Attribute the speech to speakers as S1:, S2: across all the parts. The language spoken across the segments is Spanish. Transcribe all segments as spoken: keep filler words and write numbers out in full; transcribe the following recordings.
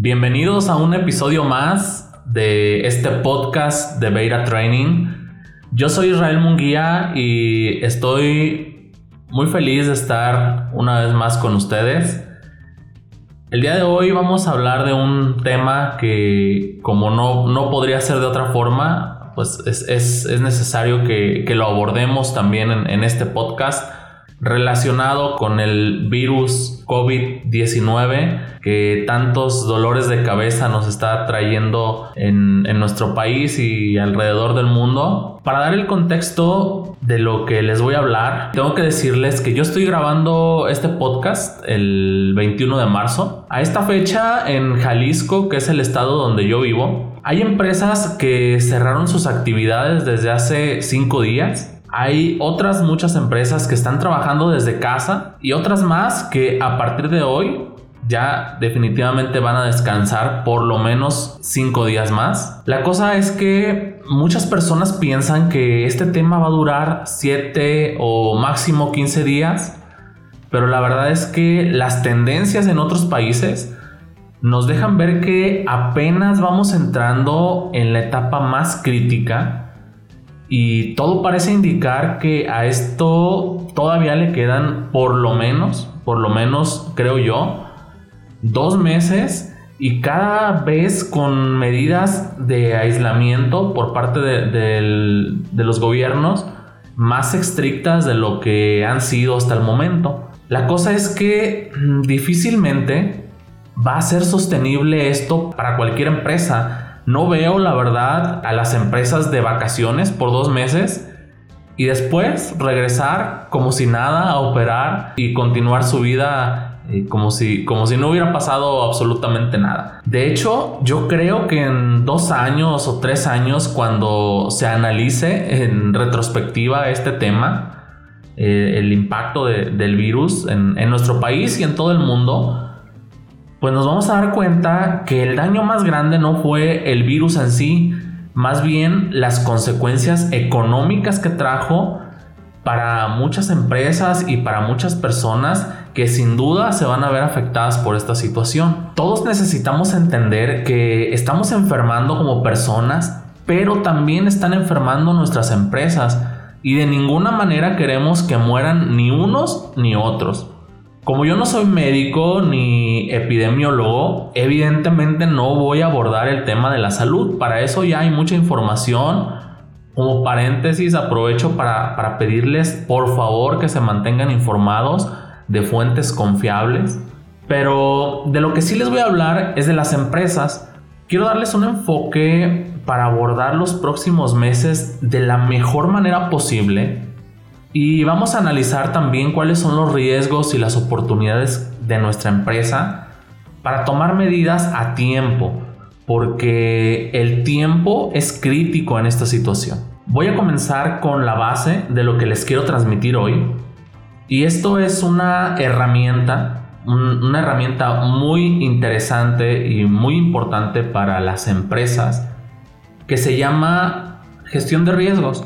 S1: Bienvenidos a un episodio más de este podcast de Beta Training. Yo soy Israel Munguía y estoy muy feliz de estar una vez más con ustedes. El día de hoy vamos a hablar de un tema que, como no, no podría ser de otra forma, pues es, es, es necesario que, que lo abordemos también en, en este podcast, relacionado con el virus COVID diecinueve que tantos dolores de cabeza nos está trayendo en, en nuestro país y alrededor del mundo. Para dar el contexto de lo que les voy a hablar, tengo que decirles que yo estoy grabando este podcast el veintiuno de marzo. A esta fecha, en Jalisco, que es el estado donde yo vivo, hay empresas que cerraron sus actividades desde hace cinco días. Hay otras muchas empresas que están trabajando desde casa y otras más que a partir de hoy ya definitivamente van a descansar por lo menos cinco días más. La cosa es que muchas personas piensan que este tema va a durar siete o máximo quince días, pero la verdad es que las tendencias en otros países nos dejan ver que apenas vamos entrando en la etapa más crítica. Y todo parece indicar que a esto todavía le quedan por lo menos, por lo menos creo yo, dos meses y cada vez con medidas de aislamiento por parte de, de, de los gobiernos más estrictas de lo que han sido hasta el momento. La cosa es que difícilmente va a ser sostenible esto para cualquier empresa. No veo, la verdad, a las empresas de vacaciones por dos meses y después regresar como si nada a operar y continuar su vida eh, como si, como si no hubiera pasado absolutamente nada. De hecho, yo creo que en dos años o tres años, cuando se analice en retrospectiva este tema, eh, el impacto de, del virus en, en nuestro país y en todo el mundo, pues nos vamos a dar cuenta que el daño más grande no fue el virus en sí, más bien las consecuencias económicas que trajo para muchas empresas y para muchas personas que sin duda se van a ver afectadas por esta situación. Todos necesitamos entender que estamos enfermando como personas, pero también están enfermando nuestras empresas y de ninguna manera queremos que mueran ni unos ni otros. Como yo no soy médico ni epidemiólogo, evidentemente no voy a abordar el tema de la salud. Para eso ya hay mucha información. Como paréntesis, aprovecho para, para pedirles por favor que se mantengan informados de fuentes confiables. Pero de lo que sí les voy a hablar es de las empresas. Quiero darles un enfoque para abordar los próximos meses de la mejor manera posible. Y vamos a analizar también cuáles son los riesgos y las oportunidades de nuestra empresa para tomar medidas a tiempo, porque el tiempo es crítico en esta situación. Voy a comenzar con la base de lo que les quiero transmitir hoy. Y esto es una herramienta, un, una herramienta muy interesante y muy importante para las empresas que se llama gestión de riesgos.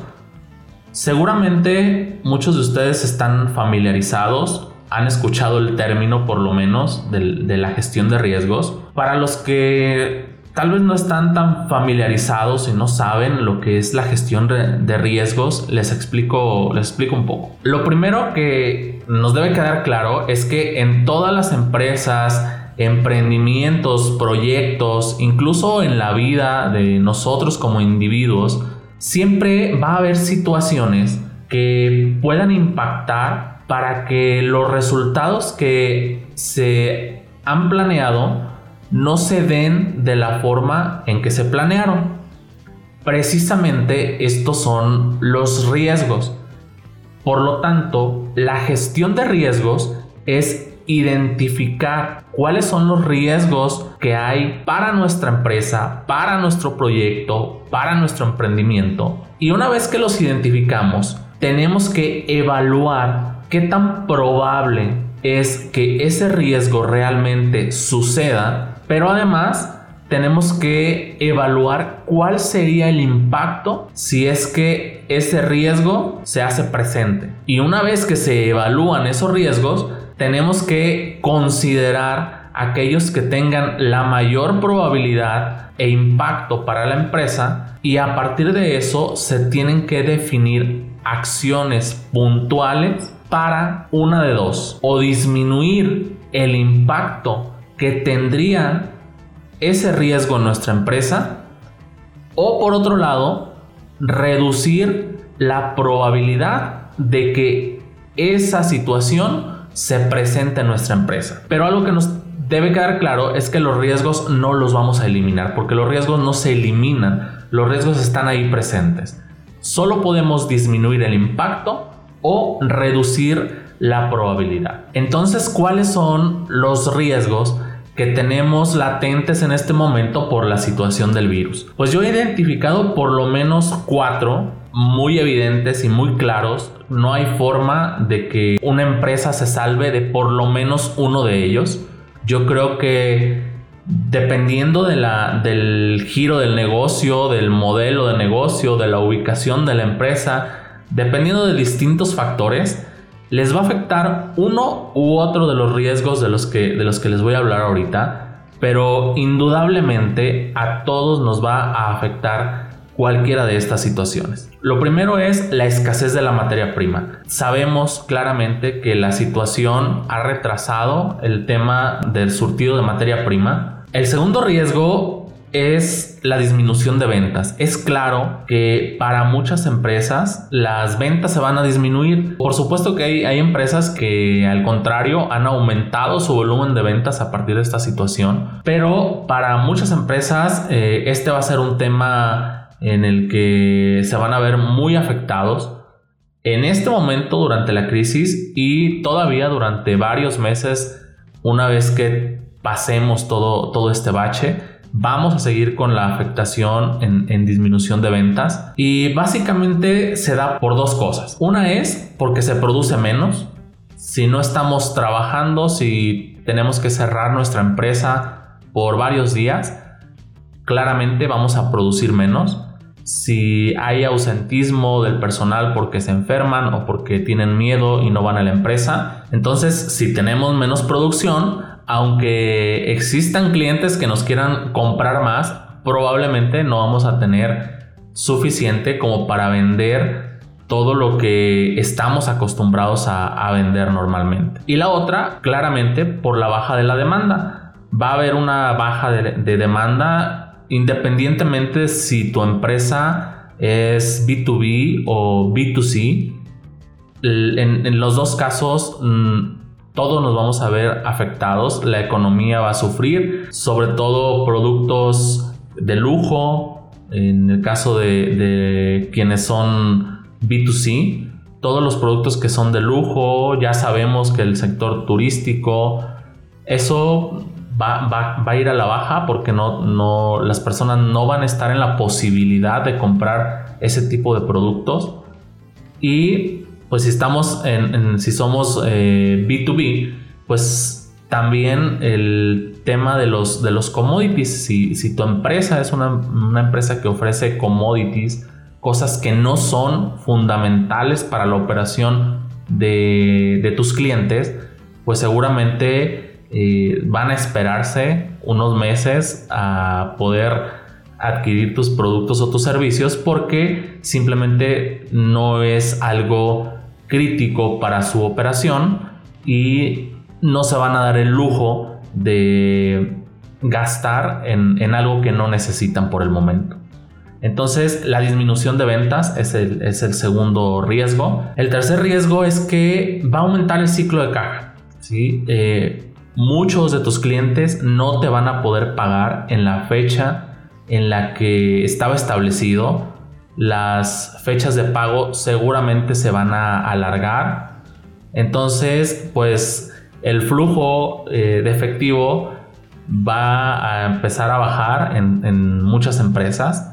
S1: Seguramente muchos de ustedes están familiarizados, han escuchado el término por lo menos de, de la gestión de riesgos. Para los que tal vez no están tan familiarizados y no saben lo que es la gestión de riesgos, les explico, les explico un poco. Lo primero que nos debe quedar claro es que en todas las empresas, emprendimientos, proyectos, incluso en la vida de nosotros como individuos, siempre va a haber situaciones que puedan impactar para que los resultados que se han planeado no se den de la forma en que se planearon. Precisamente estos son los riesgos. Por lo tanto, la gestión de riesgos es identificar cuáles son los riesgos que hay para nuestra empresa, para nuestro proyecto, para nuestro emprendimiento. Y una vez que los identificamos, tenemos que evaluar qué tan probable es que ese riesgo realmente suceda, pero además tenemos que evaluar cuál sería el impacto si es que ese riesgo se hace presente. Y una vez que se evalúan esos riesgos, tenemos que considerar aquellos que tengan la mayor probabilidad e impacto para la empresa, y a partir de eso se tienen que definir acciones puntuales para una de dos: o disminuir el impacto que tendría ese riesgo en nuestra empresa, o por otro lado, reducir la probabilidad de que esa situación se presente en nuestra empresa. Pero algo que nos debe quedar claro es que los riesgos no los vamos a eliminar, porque los riesgos no se eliminan, los riesgos están ahí presentes. Solo podemos disminuir el impacto o reducir la probabilidad. Entonces, ¿cuáles son los riesgos que tenemos latentes en este momento por la situación del virus? Pues yo he identificado por lo menos cuatro muy evidentes y muy claros. No hay forma de que una empresa se salve de por lo menos uno de ellos. Yo creo que dependiendo de la, del giro del negocio, del modelo de negocio, de la ubicación de la empresa, dependiendo de distintos factores, les va a afectar uno u otro de los riesgos de los que, de los que les voy a hablar ahorita, pero indudablemente a todos nos va a afectar cualquiera de estas situaciones. Lo primero es la escasez de la materia prima. Sabemos claramente que la situación ha retrasado el tema del surtido de materia prima. El segundo riesgo es la disminución de ventas. Es claro que para muchas empresas las ventas se van a disminuir. Por supuesto que hay, hay empresas que al contrario han aumentado su volumen de ventas a partir de esta situación, pero para muchas empresas eh, este va a ser un tema en el que se van a ver muy afectados en este momento durante la crisis y todavía durante varios meses. Una vez que pasemos todo, todo este bache, vamos a seguir con la afectación en, en disminución de ventas, y básicamente se da por dos cosas. Una es porque se produce menos. Si no estamos trabajando, si tenemos que cerrar nuestra empresa por varios días, claramente vamos a producir menos. Si hay ausentismo del personal porque se enferman o porque tienen miedo y no van a la empresa, entonces si tenemos menos producción, aunque existan clientes que nos quieran comprar más, probablemente no vamos a tener suficiente como para vender todo lo que estamos acostumbrados a, a vender normalmente. Y la otra, claramente, por la baja de la demanda. Va a haber una baja de, de demanda independientemente si tu empresa es B dos B o B dos C. En, en los dos casos mmm, todos nos vamos a ver afectados. La economía va a sufrir, sobre todo productos de lujo. En el caso de, de quienes son B dos C, todos los productos que son de lujo, ya sabemos que el sector turístico, eso Va, va, va a ir a la baja porque no, no, las personas no van a estar en la posibilidad de comprar ese tipo de productos. Y pues si estamos en, en si somos eh, B dos B, pues también el tema de los, de los commodities. Si, si tu empresa es una, una empresa que ofrece commodities, cosas que no son fundamentales para la operación de, de tus clientes, pues seguramente Eh, van a esperarse unos meses a poder adquirir tus productos o tus servicios porque simplemente no es algo crítico para su operación y no se van a dar el lujo de gastar en, en algo que no necesitan por el momento. Entonces, la disminución de ventas es el, es el segundo riesgo. El tercer riesgo es que va a aumentar el ciclo de caja, ¿sí? Eh, Muchos de tus clientes no te van a poder pagar en la fecha en la que estaba establecido. Las fechas de pago seguramente se van a alargar. Entonces, pues el flujo eh, de efectivo va a empezar a bajar en, en muchas empresas.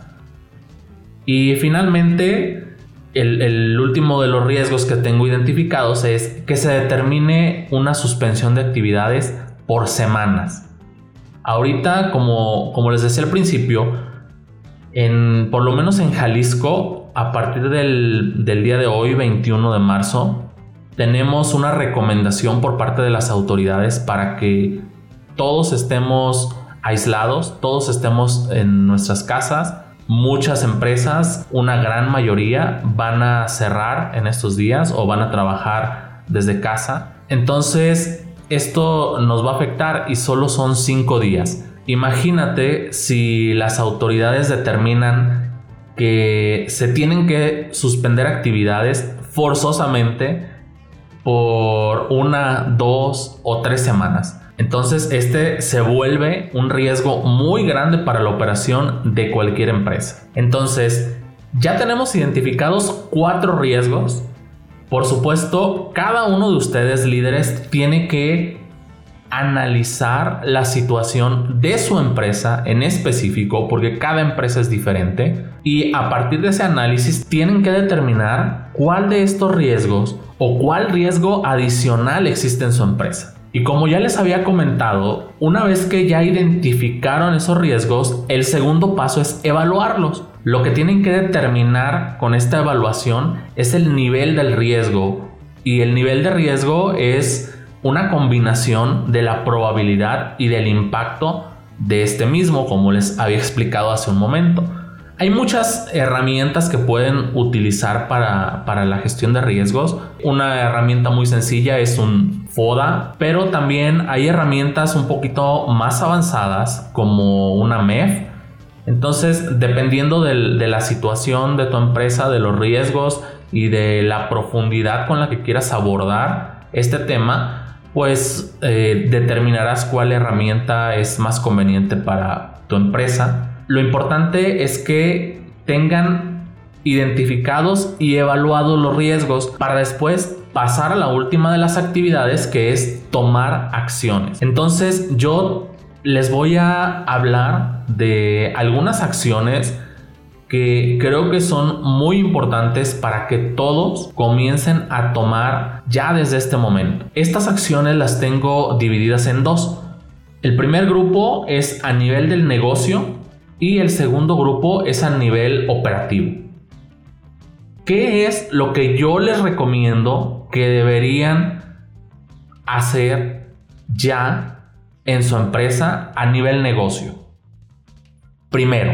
S1: Y finalmente, El, el último de los riesgos que tengo identificados es que se determine una suspensión de actividades por semanas. Ahorita, como, como les decía al principio, en, por lo menos en Jalisco, a partir del, del día de hoy, veintiuno de marzo, tenemos una recomendación por parte de las autoridades para que todos estemos aislados, todos estemos en nuestras casas. Muchas empresas, una gran mayoría, van a cerrar en estos días o van a trabajar desde casa. Entonces, esto nos va a afectar y solo son cinco días. Imagínate si las autoridades determinan que se tienen que suspender actividades forzosamente por una, dos o tres semanas. Entonces este se vuelve un riesgo muy grande para la operación de cualquier empresa. Entonces ya tenemos identificados cuatro riesgos. Por supuesto, cada uno de ustedes, líderes, tiene que analizar la situación de su empresa en específico, porque cada empresa es diferente, y a partir de ese análisis tienen que determinar cuál de estos riesgos o cuál riesgo adicional existe en su empresa. Y como ya les había comentado, una vez que ya identificaron esos riesgos, el segundo paso es evaluarlos. Lo que tienen que determinar con esta evaluación es el nivel del riesgo, y el nivel de riesgo es una combinación de la probabilidad y del impacto de este mismo, como les había explicado hace un momento. Hay muchas herramientas que pueden utilizar para, para la gestión de riesgos. Una herramienta muy sencilla es un FODA, pero también hay herramientas un poquito más avanzadas como una M E F. Entonces, dependiendo del, de la situación de tu empresa, de los riesgos y de la profundidad con la que quieras abordar este tema, pues eh, determinarás cuál herramienta es más conveniente para tu empresa. Lo importante es que tengan identificados y evaluados los riesgos para después pasar a la última de las actividades, que es tomar acciones. Entonces yo les voy a hablar de algunas acciones que creo que son muy importantes para que todos comiencen a tomar ya desde este momento. Estas acciones las tengo divididas en dos. El primer grupo es a nivel del negocio y el segundo grupo es a nivel operativo. ¿Qué es lo que yo les recomiendo que deberían hacer ya en su empresa a nivel negocio? Primero,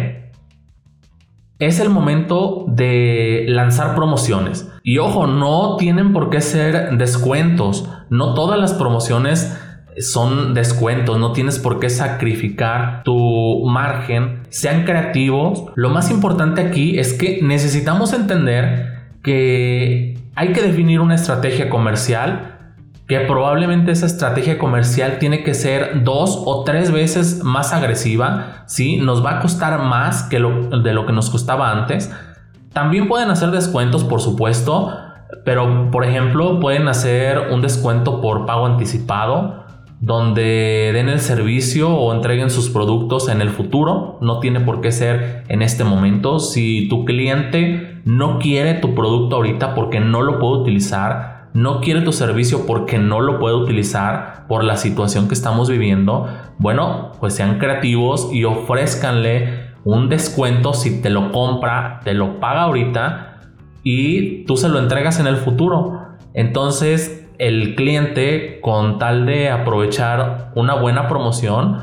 S1: es el momento de lanzar promociones. Y ojo, no tienen por qué ser descuentos. No todas las promociones son descuentos, no tienes por qué sacrificar tu margen. Sean creativos. Lo más importante aquí es que necesitamos entender que hay que definir una estrategia comercial, que probablemente esa estrategia comercial tiene que ser dos o tres veces más agresiva, ¿sí? Nos va a costar más que lo, de lo que nos costaba antes. También pueden hacer descuentos, por supuesto, pero por ejemplo pueden hacer un descuento por pago anticipado, donde den el servicio o entreguen sus productos en el futuro. No tiene por qué ser en este momento. Si tu cliente no quiere tu producto ahorita porque no lo puede utilizar, no quiere tu servicio porque no lo puede utilizar por la situación que estamos viviendo, bueno, pues sean creativos y ofrézcanle un descuento si te lo compra, te lo paga ahorita y tú se lo entregas en el futuro. Entonces el cliente, con tal de aprovechar una buena promoción,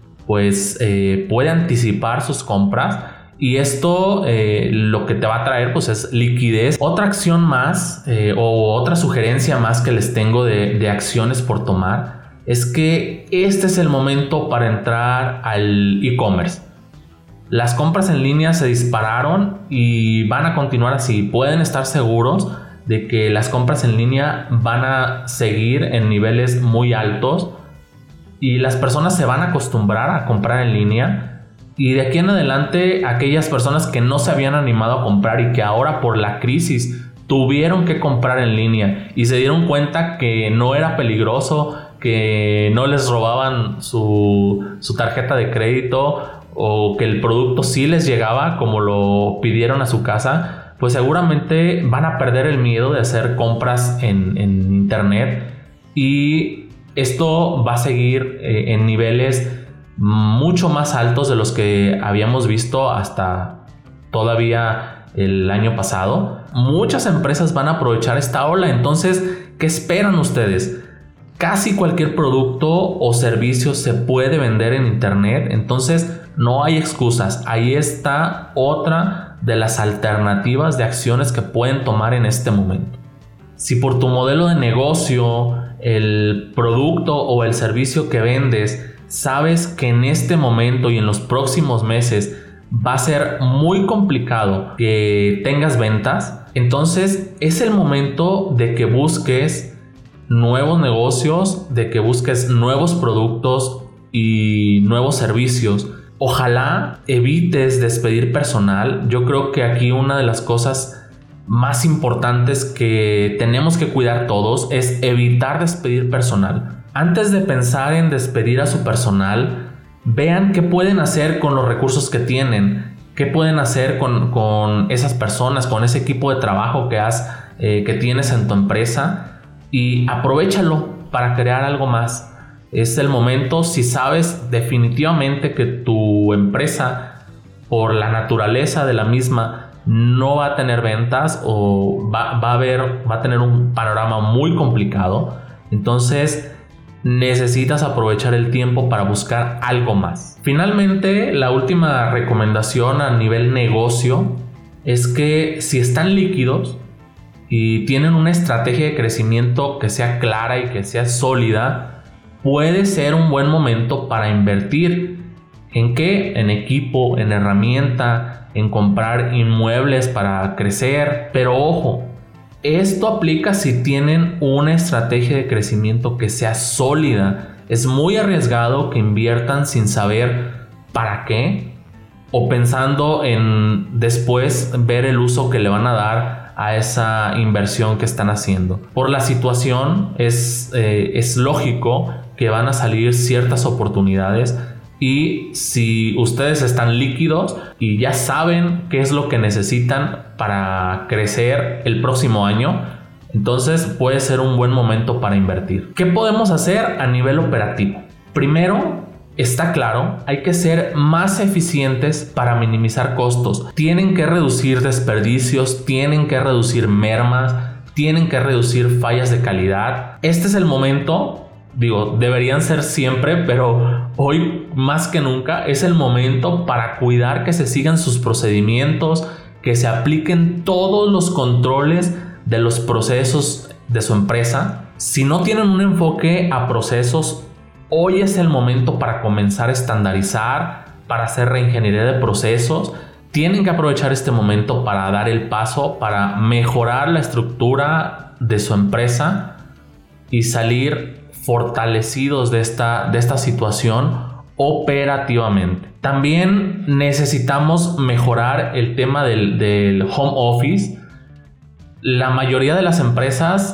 S1: pues eh, puede anticipar sus compras, y esto eh, lo que te va a traer pues es liquidez. Otra acción más eh, o otra sugerencia más que les tengo de, de acciones por tomar es que este es el momento para entrar al e-commerce. Las compras en línea se dispararon y van a continuar así. Pueden estar seguros de que las compras en línea van a seguir en niveles muy altos y las personas se van a acostumbrar a comprar en línea. Y de aquí en adelante, aquellas personas que no se habían animado a comprar y que ahora por la crisis tuvieron que comprar en línea y se dieron cuenta que no era peligroso, que no les robaban su, su tarjeta de crédito, o que el producto sí les llegaba como lo pidieron a su casa, pues seguramente van a perder el miedo de hacer compras en, en internet, y esto va a seguir eh, en niveles mucho más altos de los que habíamos visto hasta todavía el año pasado. Muchas empresas van a aprovechar esta ola. Entonces, ¿qué esperan ustedes? casi cualquier producto o servicio se puede vender en internet, entonces no hay excusas. Ahí está otra de las alternativas de acciones que pueden tomar en este momento. Si por tu modelo de negocio, el producto o el servicio que vendes, sabes que en este momento y en los próximos meses va a ser muy complicado que tengas ventas, entonces es el momento de que busques nuevos negocios, de que busques nuevos productos y nuevos servicios. Ojalá evites despedir personal. Yo creo que aquí una de las cosas más importantes que tenemos que cuidar todos es evitar despedir personal. Antes de pensar en despedir a su personal, vean qué pueden hacer con los recursos que tienen, qué pueden hacer con, con esas personas, con ese equipo de trabajo que, has, eh, que tienes en tu empresa, y aprovéchalo para crear algo más. Es el momento. Si sabes definitivamente que tu empresa, por la naturaleza de la misma, no va a tener ventas o va, va a haber, va a tener un panorama muy complicado, entonces necesitas aprovechar el tiempo para buscar algo más. Finalmente, la última recomendación a nivel negocio es que si están líquidos y tienen una estrategia de crecimiento que sea clara y que sea sólida, puede ser un buen momento para invertir. ¿En qué? En equipo, en herramienta, en comprar inmuebles para crecer. Pero ojo, esto aplica si tienen una estrategia de crecimiento que sea sólida. Es muy arriesgado que inviertan sin saber para qué, o pensando en después ver el uso que le van a dar a esa inversión que están haciendo. Por la situación es, eh, es lógico que van a salir ciertas oportunidades, y si ustedes están líquidos y ya saben qué es lo que necesitan para crecer el próximo año, entonces puede ser un buen momento para invertir. ¿Qué podemos hacer a nivel operativo? Primero, está claro, hay que ser más eficientes para minimizar costos. Tienen que reducir desperdicios, tienen que reducir mermas, tienen que reducir fallas de calidad. Este es el momento, digo, deberían ser siempre, pero hoy más que nunca es el momento para cuidar que se sigan sus procedimientos, que se apliquen todos los controles de los procesos de su empresa. Si no tienen un enfoque a procesos, hoy es el momento para comenzar a estandarizar, para hacer reingeniería de procesos. Tienen que aprovechar este momento para dar el paso, para mejorar la estructura de su empresa y salir fortalecidos de esta, de esta situación operativamente. También necesitamos mejorar el tema del, del home office. La mayoría de las empresas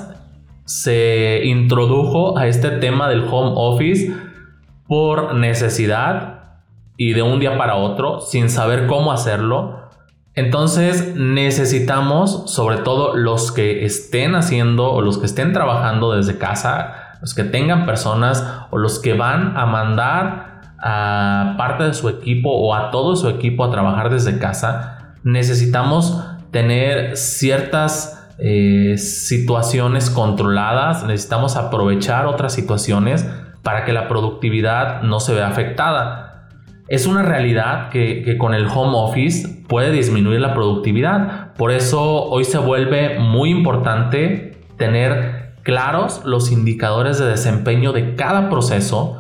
S1: se introdujo a este tema del home office por necesidad y de un día para otro, sin saber cómo hacerlo. Entonces necesitamos, sobre todo los que estén haciendo o los que estén trabajando desde casa, los que tengan personas o los que van a mandar a parte de su equipo o a todo su equipo a trabajar desde casa, necesitamos tener ciertas Eh, situaciones controladas. Necesitamos aprovechar otras situaciones para que la productividad no se vea afectada. Es una realidad que, que con el home office puede disminuir la productividad. Por eso hoy se vuelve muy importante tener claros los indicadores de desempeño de cada proceso,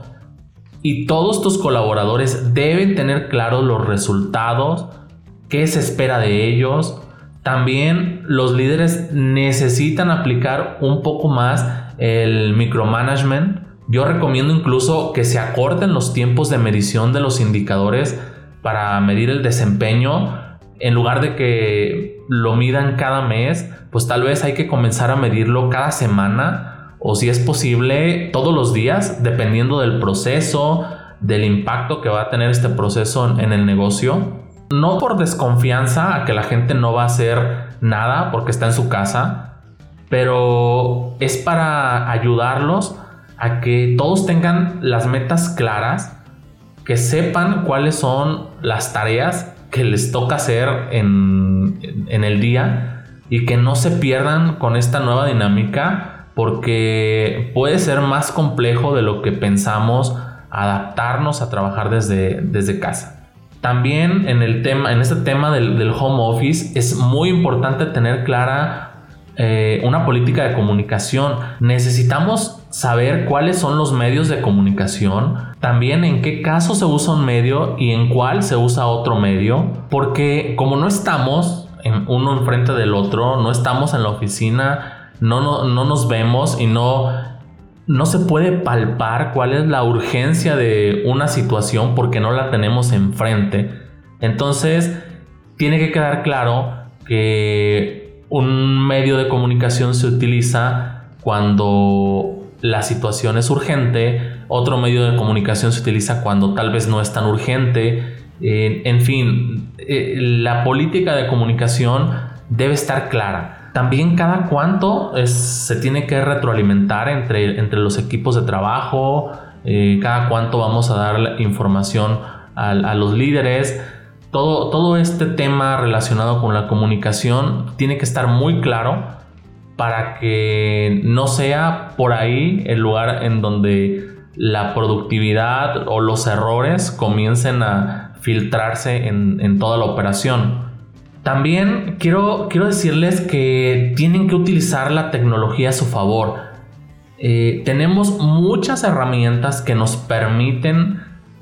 S1: y todos tus colaboradores deben tener claros los resultados, qué se espera de ellos. También los líderes necesitan aplicar un poco más el micromanagement. Yo recomiendo incluso que se acorten los tiempos de medición de los indicadores para medir el desempeño. En lugar de que lo midan cada mes, pues tal vez hay que comenzar a medirlo cada semana, o si es posible todos los días, dependiendo del proceso, del impacto que va a tener este proceso en, en el negocio. No por desconfianza a que la gente no va a hacer nada porque está en su casa, pero es para ayudarlos a que todos tengan las metas claras, que sepan cuáles son las tareas que les toca hacer en, en el día, y que no se pierdan con esta nueva dinámica porque puede ser más complejo de lo que pensamos adaptarnos a trabajar desde, desde casa. También en, el tema, en este tema del, del home office es muy importante tener clara eh, una política de comunicación. Necesitamos saber cuáles son los medios de comunicación, también en qué caso se usa un medio y en cuál se usa otro medio, porque como no estamos en uno enfrente del otro, no estamos en la oficina, no, no, no nos vemos y no, no se puede palpar cuál es la urgencia de una situación porque no la tenemos enfrente. Entonces tiene que quedar claro que un medio de comunicación se utiliza cuando la situación es urgente, otro medio de comunicación se utiliza cuando tal vez no es tan urgente. Eh, en fin, eh, la política de comunicación debe estar clara. También cada cuánto es, se tiene que retroalimentar entre, entre los equipos de trabajo, eh, cada cuánto vamos a dar información a, a los líderes. Todo, todo este tema relacionado con la comunicación tiene que estar muy claro para que no sea por ahí el lugar en donde la productividad o los errores comiencen a filtrarse en, en toda la operación. También quiero, quiero decirles que tienen que utilizar la tecnología a su favor. Eh, tenemos muchas herramientas que nos permiten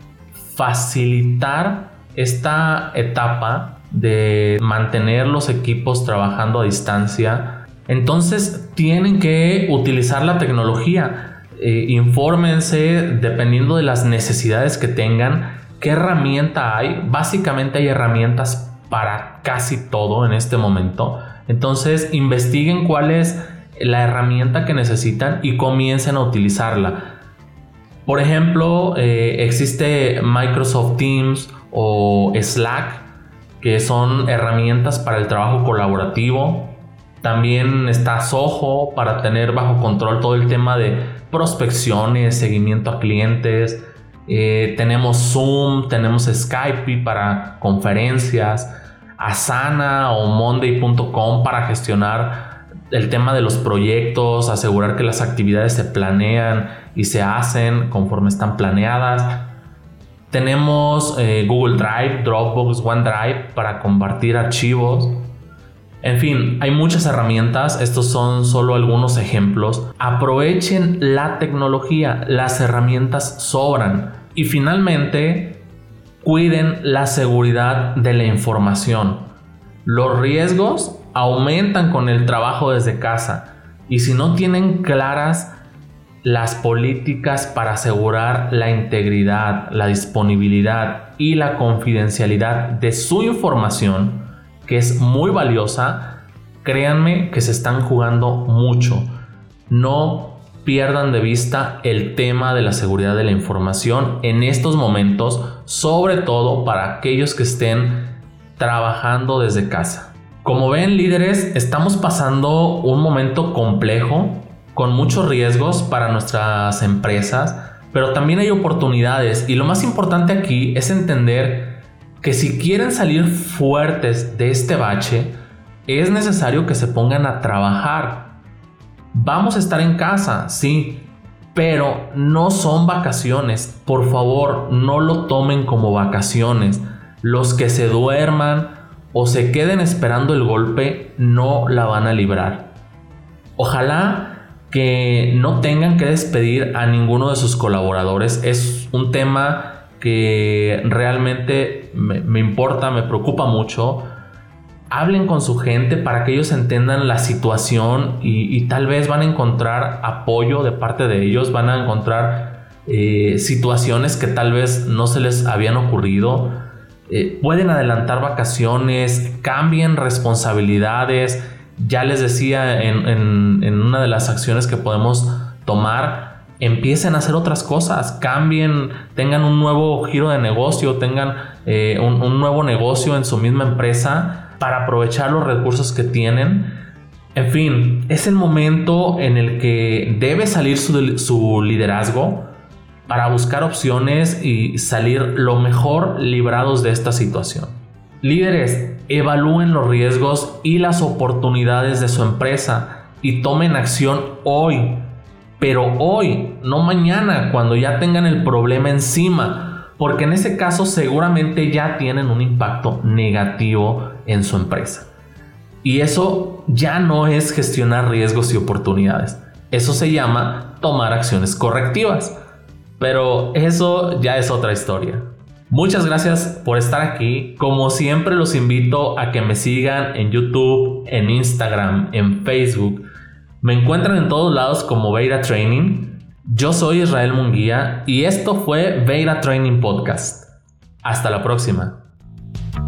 S1: facilitar esta etapa de mantener los equipos trabajando a distancia. Entonces tienen que utilizar la tecnología. Eh, infórmense dependiendo de las necesidades que tengan, qué herramienta hay. Básicamente hay herramientas para casi todo en este momento. Entonces investiguen cuál es la herramienta que necesitan y comiencen a utilizarla. Por ejemplo, eh, existe Microsoft Teams o Slack, que son herramientas para el trabajo colaborativo. También está Zoho para tener bajo control todo el tema de prospecciones, seguimiento a clientes. Eh, tenemos Zoom, tenemos Skype para conferencias, Asana o Monday punto com para gestionar el tema de los proyectos, asegurar que las actividades se planean y se hacen conforme están planeadas. Tenemos eh, Google Drive, Dropbox, OneDrive para compartir archivos. En fin, hay muchas herramientas. Estos son solo algunos ejemplos. Aprovechen la tecnología, las herramientas sobran. Y finalmente, cuiden la seguridad de la información. Los riesgos aumentan con el trabajo desde casa. Y si no tienen claras las políticas para asegurar la integridad, la disponibilidad y la confidencialidad de su información, que es muy valiosa, créanme que se están jugando mucho. No pierdan de vista el tema de la seguridad de la información en estos momentos, sobre todo para aquellos que estén trabajando desde casa. Como ven, líderes, estamos pasando un momento complejo con muchos riesgos para nuestras empresas, pero también hay oportunidades, y lo más importante aquí es entender que si quieren salir fuertes de este bache, es necesario que se pongan a trabajar. Vamos a estar en casa, sí, pero no son vacaciones. Por favor, no lo tomen como vacaciones. Los que se duerman o se queden esperando el golpe no la van a librar. Ojalá que no tengan que despedir a ninguno de sus colaboradores. Es un tema que realmente me, me importa, me preocupa mucho. Hablen con su gente para que ellos entiendan la situación y, y tal vez van a encontrar apoyo de parte de ellos, van a encontrar eh, situaciones que tal vez no se les habían ocurrido. Eh, pueden adelantar vacaciones, cambien responsabilidades. Ya les decía en, en, en una de las acciones que podemos tomar, empiecen a hacer otras cosas, cambien, tengan un nuevo giro de negocio, tengan eh, un, un nuevo negocio en su misma empresa para aprovechar los recursos que tienen. En fin, es el momento en el que debe salir su, su liderazgo para buscar opciones y salir lo mejor librados de esta situación. Líderes, evalúen los riesgos y las oportunidades de su empresa y tomen acción hoy. Pero hoy, no mañana, cuando ya tengan el problema encima. Porque en ese caso seguramente ya tienen un impacto negativo en su empresa. Y eso ya no es gestionar riesgos y oportunidades. Eso se llama tomar acciones correctivas. Pero eso ya es otra historia. Muchas gracias por estar aquí. Como siempre los invito a que me sigan en YouTube, en Instagram, en Facebook. Me encuentran en todos lados como Beira Training. Yo soy Israel Munguía y esto fue Beira Training Podcast. Hasta la próxima.